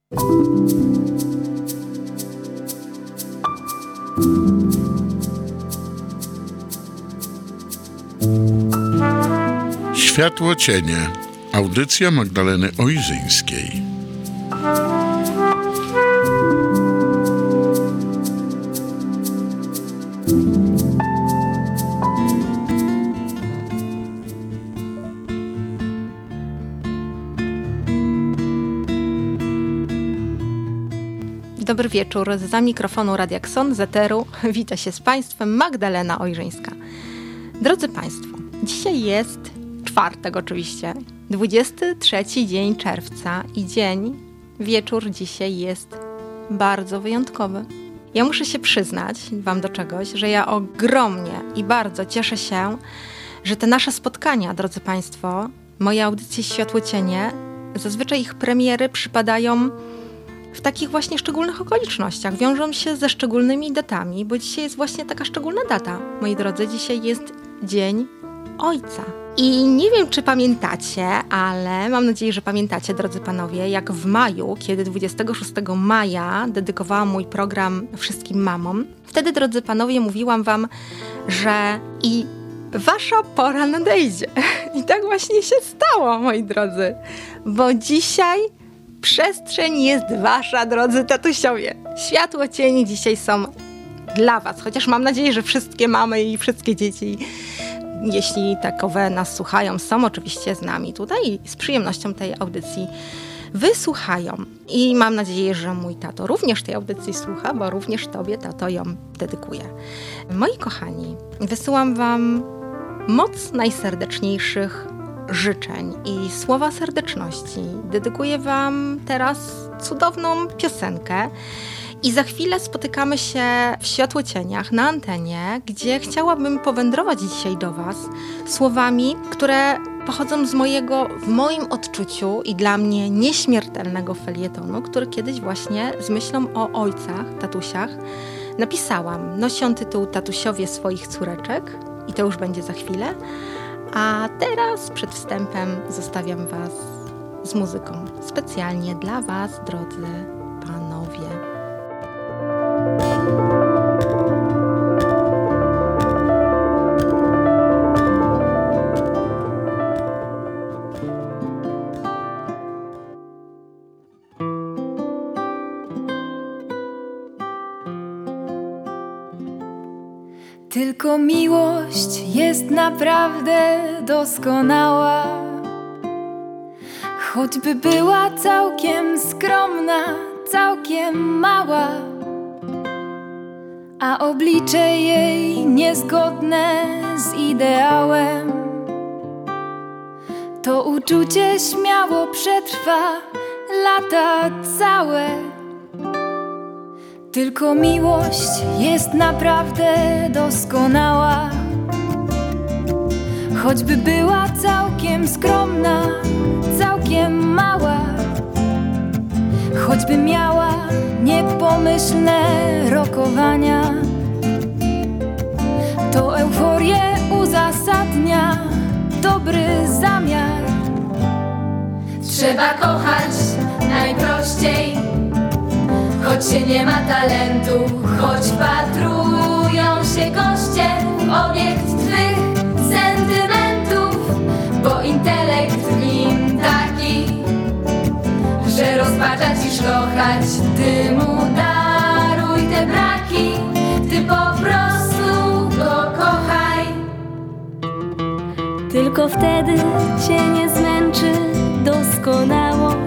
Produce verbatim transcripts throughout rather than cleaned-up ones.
Światło cienie. Audycja Magdaleny Ojrzyńskiej. Dobry wieczór. Za mikrofonu Radia Kson z eteru wita się z Państwem Magdalena Ojrzyńska. Drodzy Państwo, dzisiaj jest czwartek oczywiście, dwudziesty trzeci dzień czerwca i dzień, wieczór dzisiaj jest bardzo wyjątkowy. Ja muszę się przyznać Wam do czegoś, że ja ogromnie i bardzo cieszę się, że te nasze spotkania, drodzy Państwo, moje audycje Światłocienie, zazwyczaj ich premiery przypadają w takich właśnie szczególnych okolicznościach, wiążą się ze szczególnymi datami, bo dzisiaj jest właśnie taka szczególna data. Moi drodzy, dzisiaj jest Dzień Ojca. I nie wiem, czy pamiętacie, ale mam nadzieję, że pamiętacie, drodzy panowie, jak w maju, kiedy dwudziestego szóstego maja dedykowałam mój program wszystkim mamom. Wtedy, drodzy panowie, mówiłam wam, że i wasza pora nadejdzie. I tak właśnie się stało, moi drodzy, bo dzisiaj przestrzeń jest wasza, drodzy tatusiowie. Światło cieni dzisiaj są dla was, chociaż mam nadzieję, że wszystkie mamy i wszystkie dzieci, jeśli takowe nas słuchają, są oczywiście z nami tutaj i z przyjemnością tej audycji wysłuchają. I mam nadzieję, że mój tato również tej audycji słucha, bo również tobie, tato, ją dedykuję. Moi kochani, wysyłam wam moc najserdeczniejszych życzeń i słowa serdeczności. Dedykuję wam teraz cudowną piosenkę i za chwilę spotykamy się w Światłocieniach na antenie, gdzie chciałabym powędrować dzisiaj do was słowami, które pochodzą z mojego, w moim odczuciu i dla mnie nieśmiertelnego felietonu, który kiedyś właśnie z myślą o ojcach, tatusiach napisałam. Nosi on tytuł Tatusiowie swoich córeczek i to już będzie za chwilę. A teraz przed wstępem zostawiam was z muzyką. Specjalnie dla was, drodzy panowie. Tylko miłość jest naprawdę doskonała, choćby była całkiem skromna, całkiem mała, a oblicze jej niezgodne z ideałem. To uczucie śmiało przetrwa lata całe. Tylko miłość jest naprawdę doskonała, choćby była całkiem skromna, całkiem mała, choćby miała niepomyślne rokowania. To euforię uzasadnia dobry zamiar. Trzeba kochać najprościej, choć się nie ma talentu, choć wpatrują się goście w obiekt twych sentymentów, bo intelekt w nim taki, że rozpacza ci szlochać. Ty mu daruj te braki, ty po prostu go kochaj. Tylko wtedy cię nie zmęczy doskonałość.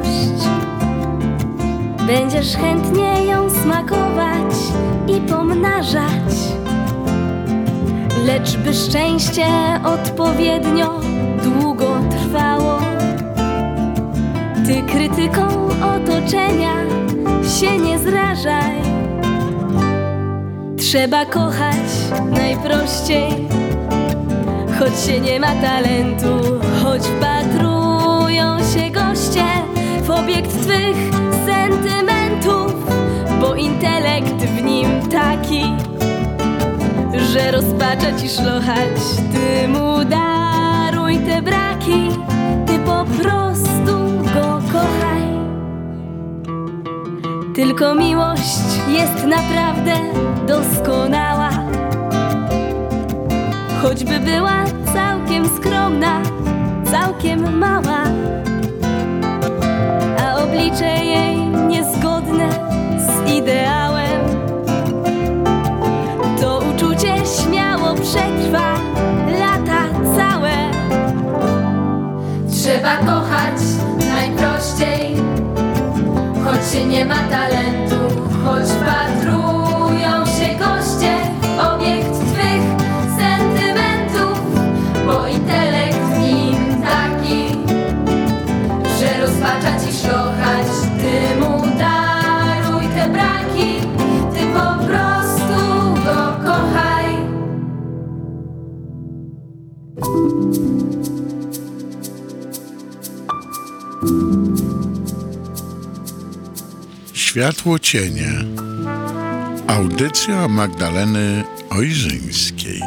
Będziesz chętnie ją smakować i pomnażać. Lecz by szczęście odpowiednio długo trwało, ty krytyką otoczenia się nie zrażaj. Trzeba kochać najprościej, choć się nie ma talentu, choć wpatrują się goście w obiekt twych sentymentów, bo intelekt w nim taki, że rozpacza ci szlochać. Ty mu daruj te braki, ty po prostu go kochaj. tylko miłość jest naprawdę doskonała. Choćby była całkiem skromna, całkiem mała, a oblicze jej niezgodne z ideałem, to uczucie śmiało przetrwa lata całe. Trzeba kochać najprościej, choć się nie ma talentu, choć wpatrują się goście w obiekt twych sentymentów, bo intelekt w nim taki, że rozpacza ci szlochać. Ty mu daruj te braki, ty po prostu go kochaj. Światło cienie. Audycja Magdaleny Ojrzyńskiej.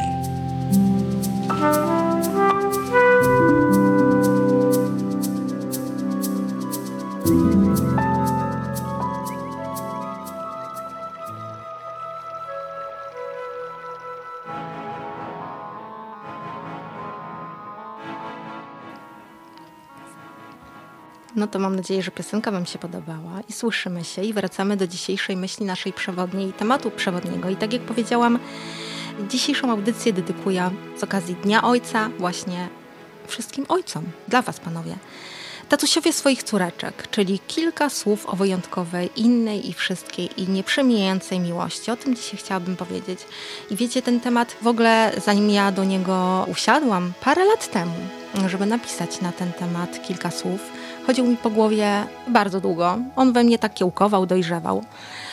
No to mam nadzieję, że piosenka wam się podobała i słyszymy się i wracamy do dzisiejszej myśli naszej przewodniej, tematu przewodniego. I tak jak powiedziałam, dzisiejszą audycję dedykuję z okazji Dnia Ojca właśnie wszystkim ojcom, dla was panowie. Tatusiowie swoich córeczek, czyli kilka słów o wyjątkowej, innej i wszystkiej i nieprzemijającej miłości. O tym dzisiaj chciałabym powiedzieć. I wiecie, ten temat w ogóle, zanim ja do niego usiadłam parę lat temu, żeby napisać na ten temat kilka słów, chodził mi po głowie bardzo długo. On we mnie tak kiełkował, dojrzewał.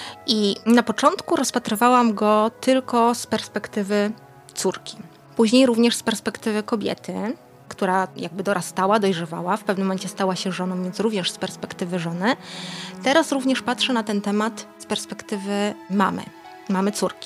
I na początku rozpatrywałam go tylko z perspektywy córki. Później również z perspektywy kobiety, która jakby dorastała, dojrzewała, w pewnym momencie stała się żoną, więc również z perspektywy żony. Teraz również patrzę na ten temat z perspektywy mamy, mamy córki.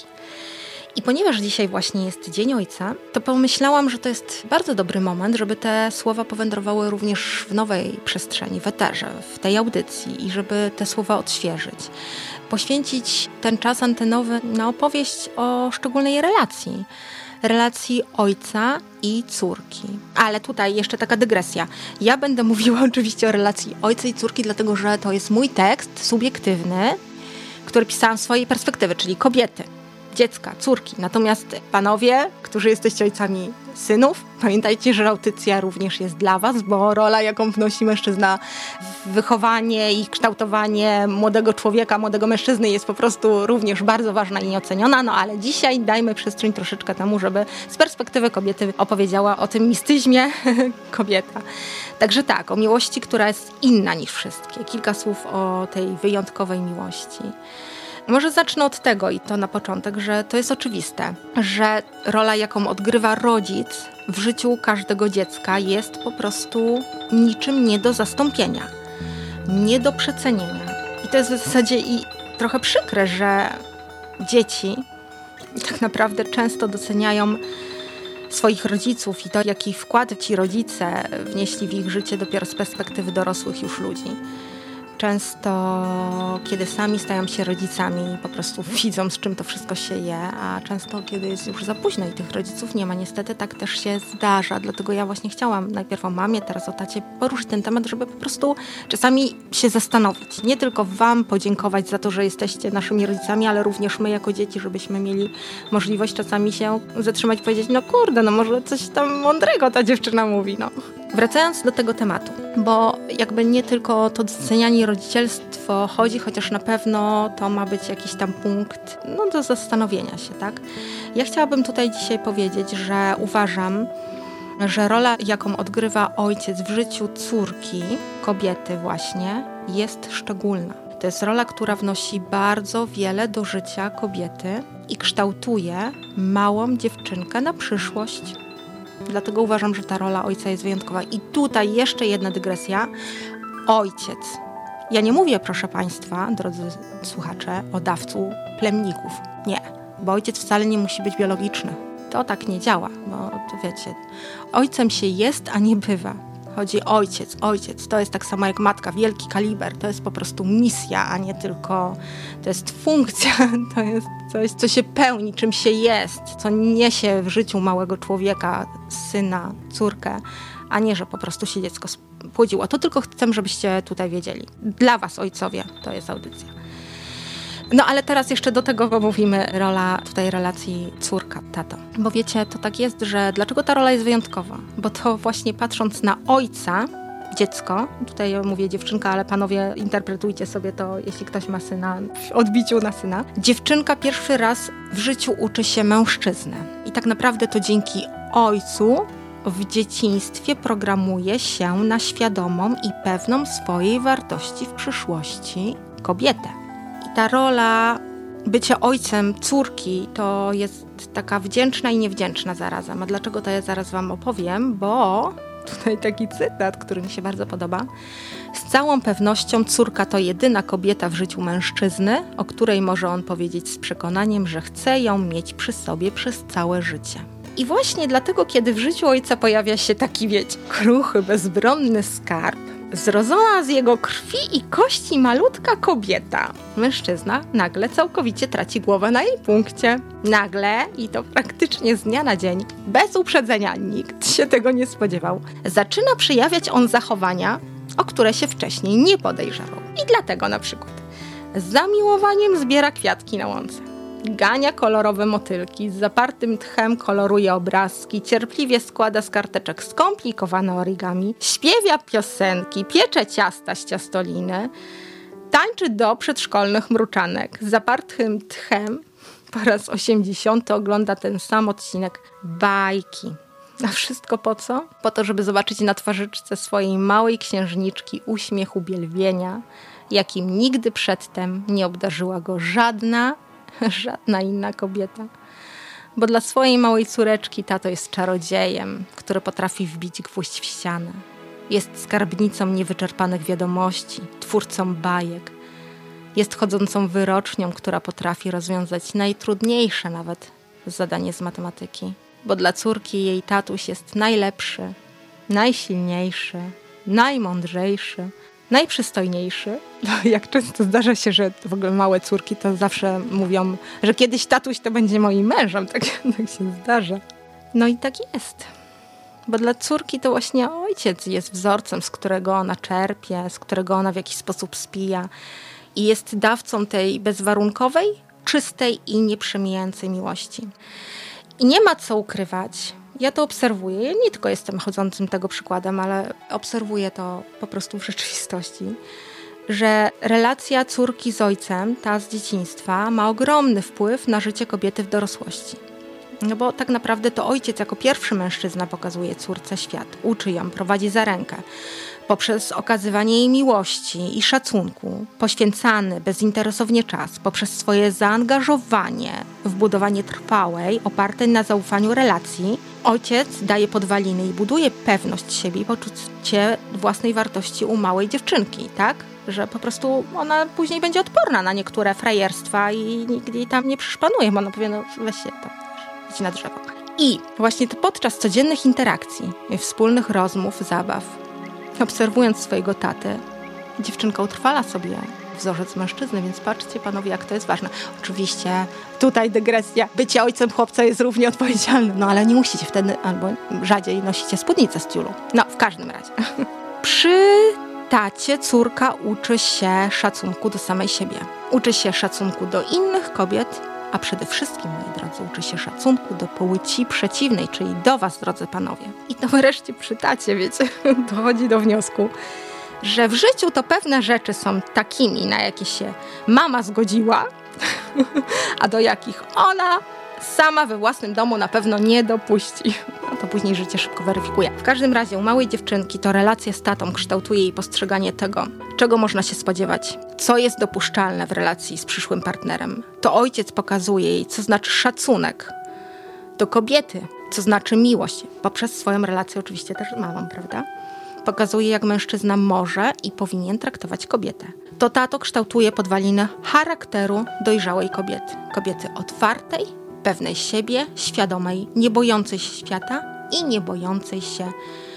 I ponieważ dzisiaj właśnie jest Dzień Ojca, to pomyślałam, że to jest bardzo dobry moment, żeby te słowa powędrowały również w nowej przestrzeni, w eterze, w tej audycji i żeby te słowa odświeżyć. Poświęcić ten czas antenowy na opowieść o szczególnej relacji. Relacji ojca i córki. Ale tutaj jeszcze taka dygresja. Ja będę mówiła oczywiście o relacji ojca i córki, dlatego że to jest mój tekst subiektywny, który pisałam z swojej perspektywy, czyli kobiety, dziecka, córki. Natomiast panowie, którzy jesteście ojcami synów, pamiętajcie, że audycja również jest dla was, bo rola, jaką wnosi mężczyzna w wychowanie i kształtowanie młodego człowieka, młodego mężczyzny jest po prostu również bardzo ważna i nieoceniona, no ale dzisiaj dajmy przestrzeń troszeczkę temu, żeby z perspektywy kobiety opowiedziała o tym mistyzmie kobieta. Także tak, o miłości, która jest inna niż wszystkie. Kilka słów o tej wyjątkowej miłości. Może zacznę od tego i to na początek, że to jest oczywiste, że rola, jaką odgrywa rodzic w życiu każdego dziecka jest po prostu niczym nie do zastąpienia, nie do przecenienia. I to jest w zasadzie i trochę przykre, że dzieci tak naprawdę często doceniają swoich rodziców i to, jaki wkład ci rodzice wnieśli w ich życie dopiero z perspektywy dorosłych już ludzi. Często, kiedy sami stają się rodzicami, po prostu widzą, z czym to wszystko się je, a często, kiedy jest już za późno i tych rodziców nie ma, niestety tak też się zdarza. Dlatego ja właśnie chciałam najpierw o mamie, teraz o tacie poruszyć ten temat, żeby po prostu czasami się zastanowić. Nie tylko wam podziękować za to, że jesteście naszymi rodzicami, ale również my jako dzieci, żebyśmy mieli możliwość czasami się zatrzymać i powiedzieć, no kurde, no może coś tam mądrego ta dziewczyna mówi, no. Wracając do tego tematu, bo jakby nie tylko o to docenianie rodzicielstwo chodzi, chociaż na pewno to ma być jakiś tam punkt no, do zastanowienia się, tak? Ja chciałabym tutaj dzisiaj powiedzieć, że uważam, że rola, jaką odgrywa ojciec w życiu córki, kobiety właśnie, jest szczególna. To jest rola, która wnosi bardzo wiele do życia kobiety i kształtuje małą dziewczynkę na przyszłość. Dlatego uważam, że ta rola ojca jest wyjątkowa. I tutaj jeszcze jedna dygresja. Ojciec. Ja nie mówię, proszę państwa, drodzy słuchacze, o dawcu plemników. Nie, bo ojciec wcale nie musi być biologiczny. To tak nie działa, bo to wiecie, ojcem się jest, a nie bywa. chodzi ojciec, ojciec. To jest tak samo jak matka, wielki kaliber. To jest po prostu misja, a nie tylko... To jest funkcja, to jest coś, co się pełni, czym się jest, co niesie w życiu małego człowieka, syna, córkę, a nie, że po prostu się dziecko spłodziło. To tylko chcę, żebyście tutaj wiedzieli. Dla was, ojcowie, to jest audycja. No ale teraz jeszcze do tego, bo mówimy rola tutaj relacji córka, tato. Bo wiecie, to tak jest, że dlaczego ta rola jest wyjątkowa? Bo to właśnie patrząc na ojca, dziecko, tutaj mówię dziewczynka, ale panowie interpretujcie sobie to, jeśli ktoś ma syna, w odbiciu na syna. Dziewczynka pierwszy raz w życiu uczy się mężczyznę. I tak naprawdę to dzięki ojcu w dzieciństwie programuje się na świadomą i pewną swojej wartości w przyszłości kobietę. I ta rola bycia ojcem córki to jest taka wdzięczna i niewdzięczna zarazem. A dlaczego to ja zaraz wam opowiem? Bo tutaj taki cytat, który mi się bardzo podoba. Z całą pewnością córka to jedyna kobieta w życiu mężczyzny, o której może on powiedzieć z przekonaniem, że chce ją mieć przy sobie przez całe życie. I właśnie dlatego, kiedy w życiu ojca pojawia się taki, wiecie, kruchy, bezbronny skarb, zrodzona z jego krwi i kości malutka kobieta, mężczyzna nagle całkowicie traci głowę na jej punkcie. Nagle, i to praktycznie z dnia na dzień, bez uprzedzenia, nikt się tego nie spodziewał, zaczyna przejawiać on zachowania, o które się wcześniej nie podejrzewał. I dlatego na przykład z zamiłowaniem zbiera kwiatki na łące. Gania kolorowe motylki, z zapartym tchem koloruje obrazki, cierpliwie składa z karteczek skomplikowane origami, śpiewa piosenki, piecze ciasta z ciastoliny, tańczy do przedszkolnych mruczanek. Z zapartym tchem po raz osiemdziesiąty ogląda ten sam odcinek bajki. A wszystko po co? Po to, żeby zobaczyć na twarzyczce swojej małej księżniczki uśmiech uwielbienia, jakim nigdy przedtem nie obdarzyła go żadna Żadna inna kobieta. Bo dla swojej małej córeczki tato jest czarodziejem, który potrafi wbić gwóźdź w ścianę. Jest skarbnicą niewyczerpanych wiadomości, twórcą bajek. Jest chodzącą wyrocznią, która potrafi rozwiązać najtrudniejsze nawet zadanie z matematyki. Bo dla córki jej tatuś jest najlepszy, najsilniejszy, najmądrzejszy, najprzystojniejszy. No, jak często zdarza się, że w ogóle małe córki to zawsze mówią, że kiedyś tatuś to będzie moim mężem. Tak, tak się zdarza. No i tak jest. Bo dla córki to właśnie ojciec jest wzorcem, z którego ona czerpie, z którego ona w jakiś sposób spija. I jest dawcą tej bezwarunkowej, czystej i nieprzemijającej miłości. I nie ma co ukrywać. Ja to obserwuję. Ja nie tylko jestem chodzącym tego przykładem, ale obserwuję to po prostu w rzeczywistości, że relacja córki z ojcem, ta z dzieciństwa, ma ogromny wpływ na życie kobiety w dorosłości. No bo tak naprawdę to ojciec jako pierwszy mężczyzna pokazuje córce świat, uczy ją, prowadzi za rękę. Poprzez okazywanie jej miłości i szacunku, poświęcany bezinteresownie czas, poprzez swoje zaangażowanie w budowanie trwałej, opartej na zaufaniu relacji, ojciec daje podwaliny i buduje pewność siebie i poczucie własnej wartości u małej dziewczynki, tak? Że po prostu ona później będzie odporna na niektóre frajerstwa i nigdy jej tam nie przyszpanuje, bo ona powie, no weź się tam, idź na drzewo. I właśnie to podczas codziennych interakcji, wspólnych rozmów, zabaw, obserwując swojego tatę, dziewczynka utrwala sobie wzorzec mężczyzny, więc patrzcie panowie, jak to jest ważne. Oczywiście tutaj dygresja, bycie ojcem chłopca jest równie odpowiedzialne, no ale nie musicie wtedy, albo rzadziej nosicie spódnicę z tiulu. No, w każdym razie. Przy tacie córka uczy się szacunku do samej siebie. Uczy się szacunku do innych kobiet, a przede wszystkim, moi drodzy, uczy się szacunku do płci przeciwnej, czyli do was, drodzy panowie. I to wreszcie przy tacie, wiecie, dochodzi do wniosku, że w życiu to pewne rzeczy są takimi, na jakie się mama zgodziła, a do jakich ona sama we własnym domu na pewno nie dopuści. No to później życie szybko weryfikuje. W każdym razie u małej dziewczynki to relacja z tatą kształtuje jej postrzeganie tego, czego można się spodziewać, co jest dopuszczalne w relacji z przyszłym partnerem. To ojciec pokazuje jej, co znaczy szacunek do kobiety, co znaczy miłość, poprzez swoją relację oczywiście też z mamą, prawda? Pokazuje, jak mężczyzna może i powinien traktować kobietę. To tato kształtuje podwaliny charakteru dojrzałej kobiety. Kobiety otwartej, pewnej siebie, świadomej, nie bojącej się świata i nie bojącej się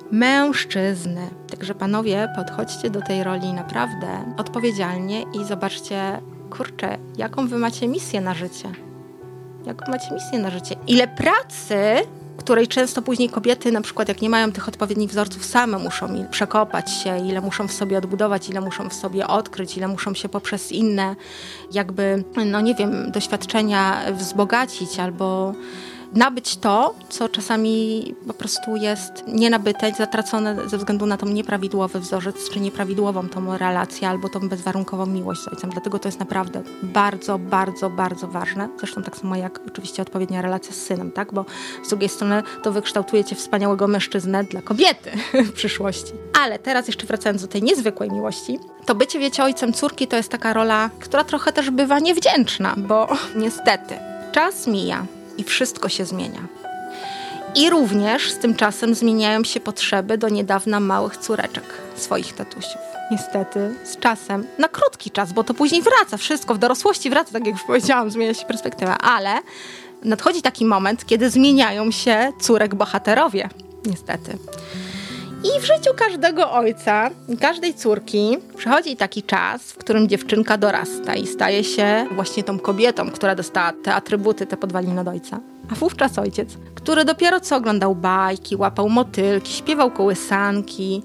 mężczyzny. Także panowie, podchodźcie do tej roli naprawdę odpowiedzialnie i zobaczcie, kurczę, jaką wy macie misję na życie. Jaką macie misję na życie. Ile pracy, której często później kobiety, na przykład jak nie mają tych odpowiednich wzorców, same muszą przekopać się, ile muszą w sobie odbudować, ile muszą w sobie odkryć, ile muszą się poprzez inne jakby, no nie wiem, doświadczenia wzbogacić albo nabyć to, co czasami po prostu jest nienabyte, zatracone ze względu na tą nieprawidłowy wzorzec, czy nieprawidłową tą relację, albo tą bezwarunkową miłość z ojcem. Dlatego to jest naprawdę bardzo, bardzo, bardzo ważne. Zresztą tak samo jak oczywiście odpowiednia relacja z synem, tak? Bo z drugiej strony to wykształtuje cię wspaniałego mężczyznę dla kobiety w przyszłości. Ale teraz jeszcze wracając do tej niezwykłej miłości, to bycie, wiecie, ojcem córki to jest taka rola, która trochę też bywa niewdzięczna, bo niestety czas mija. I wszystko się zmienia. I również z tym czasem zmieniają się potrzeby do niedawna małych córeczek swoich tatusiów. Niestety z czasem, na krótki czas, bo to później wraca, wszystko w dorosłości wraca, tak jak już powiedziałam, zmienia się perspektywa, ale nadchodzi taki moment, kiedy zmieniają się córek bohaterowie, niestety. I w życiu każdego ojca, każdej córki przychodzi taki czas, w którym dziewczynka dorasta i staje się właśnie tą kobietą, która dostała te atrybuty, te podwaliny od ojca. A wówczas ojciec, który dopiero co oglądał bajki, łapał motylki, śpiewał kołysanki,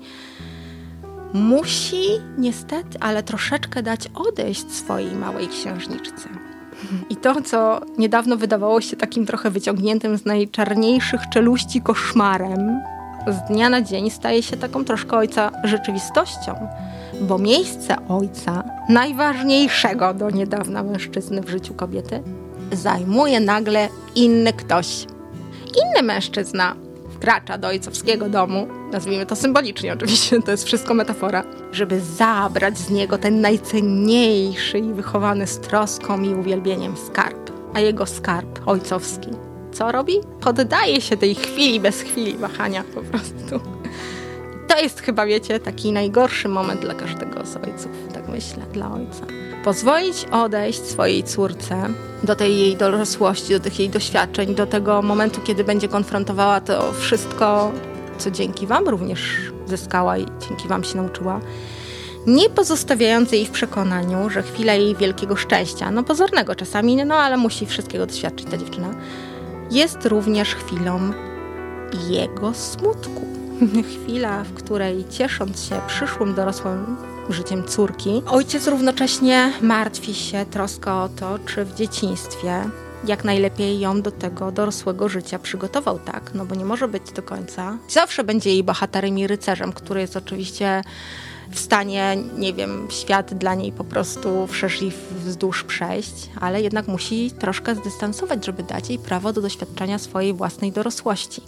musi niestety, ale troszeczkę dać odejść swojej małej księżniczce. I to, co niedawno wydawało się takim trochę wyciągniętym z najczarniejszych czeluści koszmarem, z dnia na dzień staje się taką troszkę ojca rzeczywistością, bo miejsce ojca, najważniejszego do niedawna mężczyzny w życiu kobiety, zajmuje nagle inny ktoś. Inny mężczyzna wkracza do ojcowskiego domu, nazwijmy to symbolicznie oczywiście, to jest wszystko metafora, żeby zabrać z niego ten najcenniejszy i wychowany z troską i uwielbieniem skarb. A jego skarb ojcowski co robi? Poddaje się tej chwili bez chwili wahania po prostu. To jest chyba, wiecie, taki najgorszy moment dla każdego z ojców, tak myślę, dla ojca. Pozwolić odejść swojej córce do tej jej dorosłości, do tych jej doświadczeń, do tego momentu, kiedy będzie konfrontowała to wszystko, co dzięki wam również zyskała i dzięki wam się nauczyła, nie pozostawiając jej w przekonaniu, że chwila jej wielkiego szczęścia, no pozornego czasami, no ale musi wszystkiego doświadczyć ta dziewczyna, jest również chwilą jego smutku. Chwila, w której ciesząc się przyszłym dorosłym życiem córki, ojciec równocześnie martwi się, troska o to, czy w dzieciństwie jak najlepiej ją do tego dorosłego życia przygotował, tak? No bo nie może być do końca. Zawsze będzie jej bohaterem i rycerzem, który jest oczywiście w stanie, nie wiem, świat dla niej po prostu wszerz i wzdłuż przejść, ale jednak musi troszkę zdystansować, żeby dać jej prawo do doświadczenia swojej własnej dorosłości.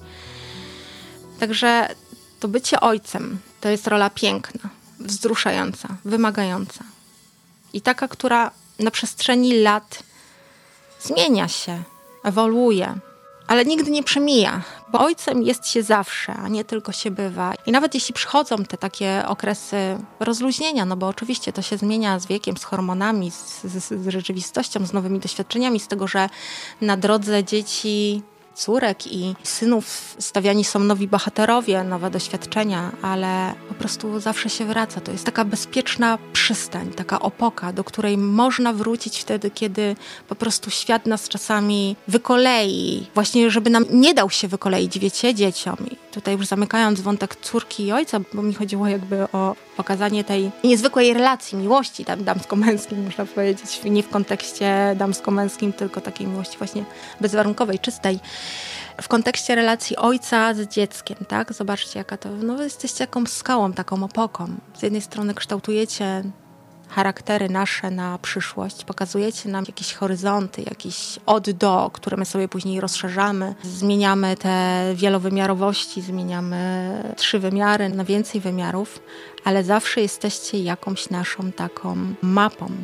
Także to bycie ojcem to jest rola piękna, wzruszająca, wymagająca. I taka, która na przestrzeni lat zmienia się, ewoluuje, ale nigdy nie przemija, bo ojcem jest się zawsze, a nie tylko się bywa. I nawet jeśli przychodzą te takie okresy rozluźnienia, no bo oczywiście to się zmienia z wiekiem, z hormonami, z, z, z rzeczywistością, z nowymi doświadczeniami, z tego, że na drodze dzieci, córek i synów stawiani są nowi bohaterowie, nowe doświadczenia, ale po prostu zawsze się wraca. To jest taka bezpieczna przystań, taka opoka, do której można wrócić wtedy, kiedy po prostu świat nas czasami wykolei. Właśnie, żeby nam nie dał się wykoleić, wiecie, dzieciom. I tutaj już zamykając wątek córki i ojca, bo mi chodziło jakby o pokazanie tej niezwykłej relacji, miłości tam damsko-męskiej, można powiedzieć, nie w kontekście damsko-męskim, tylko takiej miłości właśnie bezwarunkowej, czystej. W kontekście relacji ojca z dzieckiem, tak? Zobaczcie, jaka to... No wy jesteście taką skałą, taką opoką. Z jednej strony kształtujecie charaktery nasze na przyszłość, pokazujecie nam jakieś horyzonty, jakieś od do, które my sobie później rozszerzamy. Zmieniamy te wielowymiarowości, zmieniamy trzy wymiary na więcej wymiarów, ale zawsze jesteście jakąś naszą taką mapą.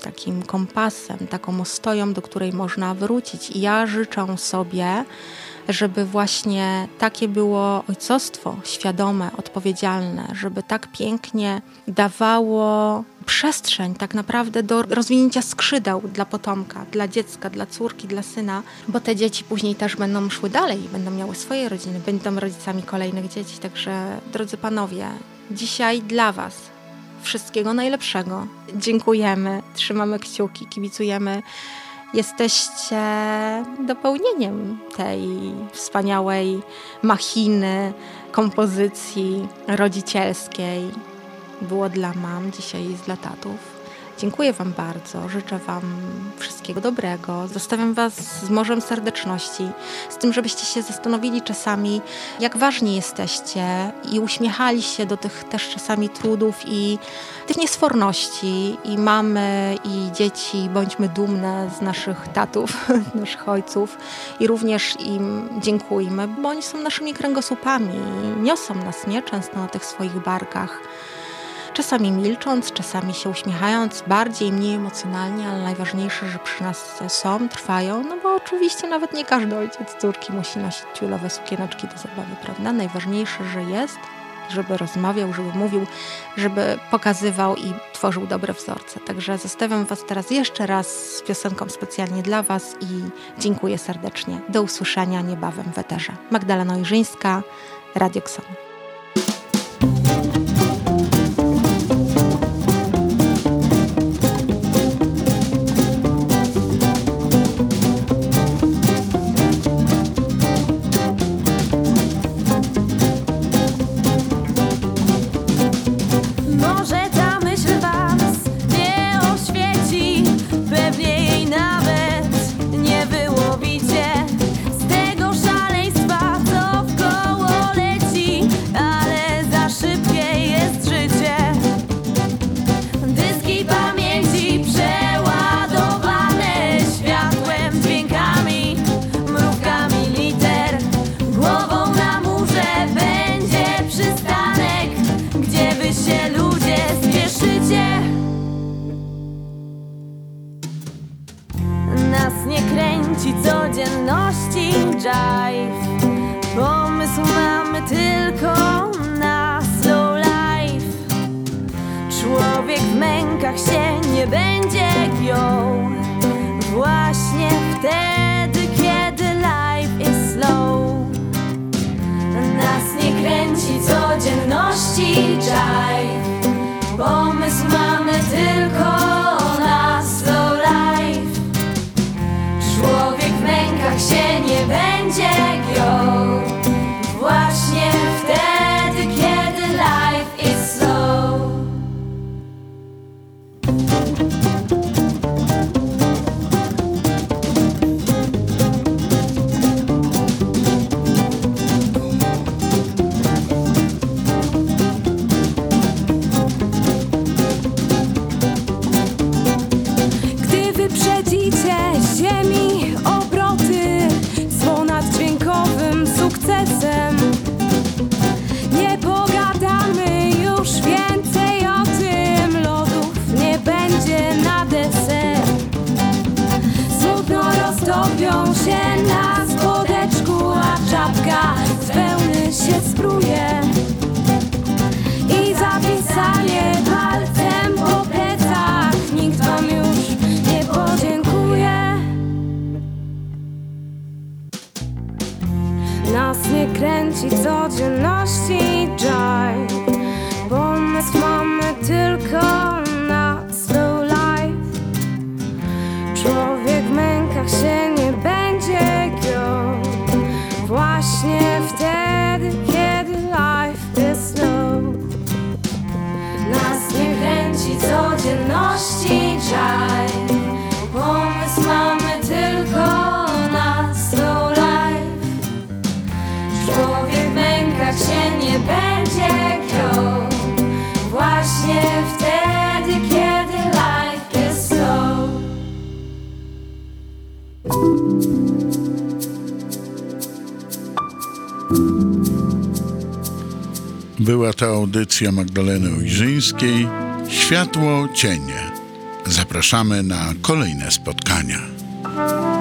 takim kompasem, taką ostoją, do której można wrócić. I ja życzę sobie, żeby właśnie takie było ojcostwo świadome, odpowiedzialne, żeby tak pięknie dawało przestrzeń tak naprawdę do rozwinięcia skrzydeł dla potomka, dla dziecka, dla córki, dla syna, bo te dzieci później też będą szły dalej, będą miały swoje rodziny, będą rodzicami kolejnych dzieci. Także, drodzy panowie, dzisiaj dla was wszystkiego najlepszego. Dziękujemy, trzymamy kciuki, kibicujemy. Jesteście dopełnieniem tej wspaniałej machiny kompozycji rodzicielskiej. Było dla mam, dzisiaj jest dla tatów. Dziękuję wam bardzo, życzę wam wszystkiego dobrego. Zostawiam was z morzem serdeczności, z tym, żebyście się zastanowili czasami, jak ważni jesteście i uśmiechali się do tych też czasami trudów i tych niesforności. I mamy, i dzieci, bądźmy dumne z naszych tatów, naszych ojców i również im dziękujmy, bo oni są naszymi kręgosłupami i niosą nas, nie? Często na tych swoich barkach. Czasami milcząc, czasami się uśmiechając, bardziej, mniej emocjonalnie, ale najważniejsze, że przy nas są, trwają, no bo oczywiście nawet nie każdy ojciec córki musi nosić ciulowe sukieneczki do zabawy, prawda? Najważniejsze, że jest, żeby rozmawiał, żeby mówił, żeby pokazywał i tworzył dobre wzorce. Także zostawiam was teraz jeszcze raz z piosenką specjalnie dla was i dziękuję serdecznie. Do usłyszenia niebawem w eterze. Magdalena Ojrzyńska, Radio Kson. Może ta myśl was nie oświeci, pewnie jej nawet nie wyłowicie z tego szaleństwa, co wkoło leci, ale za szybkie jest życie. Dyski pamięci przeładowane światłem, dźwiękami, mrówkami liter. Głową na murze będzie przystanek, gdzie wy się ludzie spieszycie. Nas nie kręci codzienności drive. Pomysł mamy tylko na slow life. Człowiek w mękach się nie będzie giął właśnie wtedy, kiedy life is slow. Nas nie kręci codzienności drive. Pomysł mamy tylko na slow life. Człowiek w mękach się nie będzie giął właśnie wtedy, kiedy life is slow. Gdy wyprzedzicie ziemi obroty z ponaddźwiękowym sukcesem, nie pogadamy już więcej o tym, lodów nie będzie na deser. Smutno roztopią się na spodeczku, a czapka z wełny się spruje. I zapisanie palcem po plecach nikt wam już nie podziękuje. Nas nie kręci codzienności drive. Pomysł mamy tylko na slow life. Człowiek w mękach się nie będzie giął właśnie wtedy, kiedy life is slow. Nas nie kręci codzienności drive. Pomysł mamy tylko na slow life. Człowiek w mękach się nie będzie giął właśnie wtedy, kiedy life is slow. Była to audycja Magdaleny Ojrzyńskiej Światło, cienie. Zapraszamy na kolejne spotkania.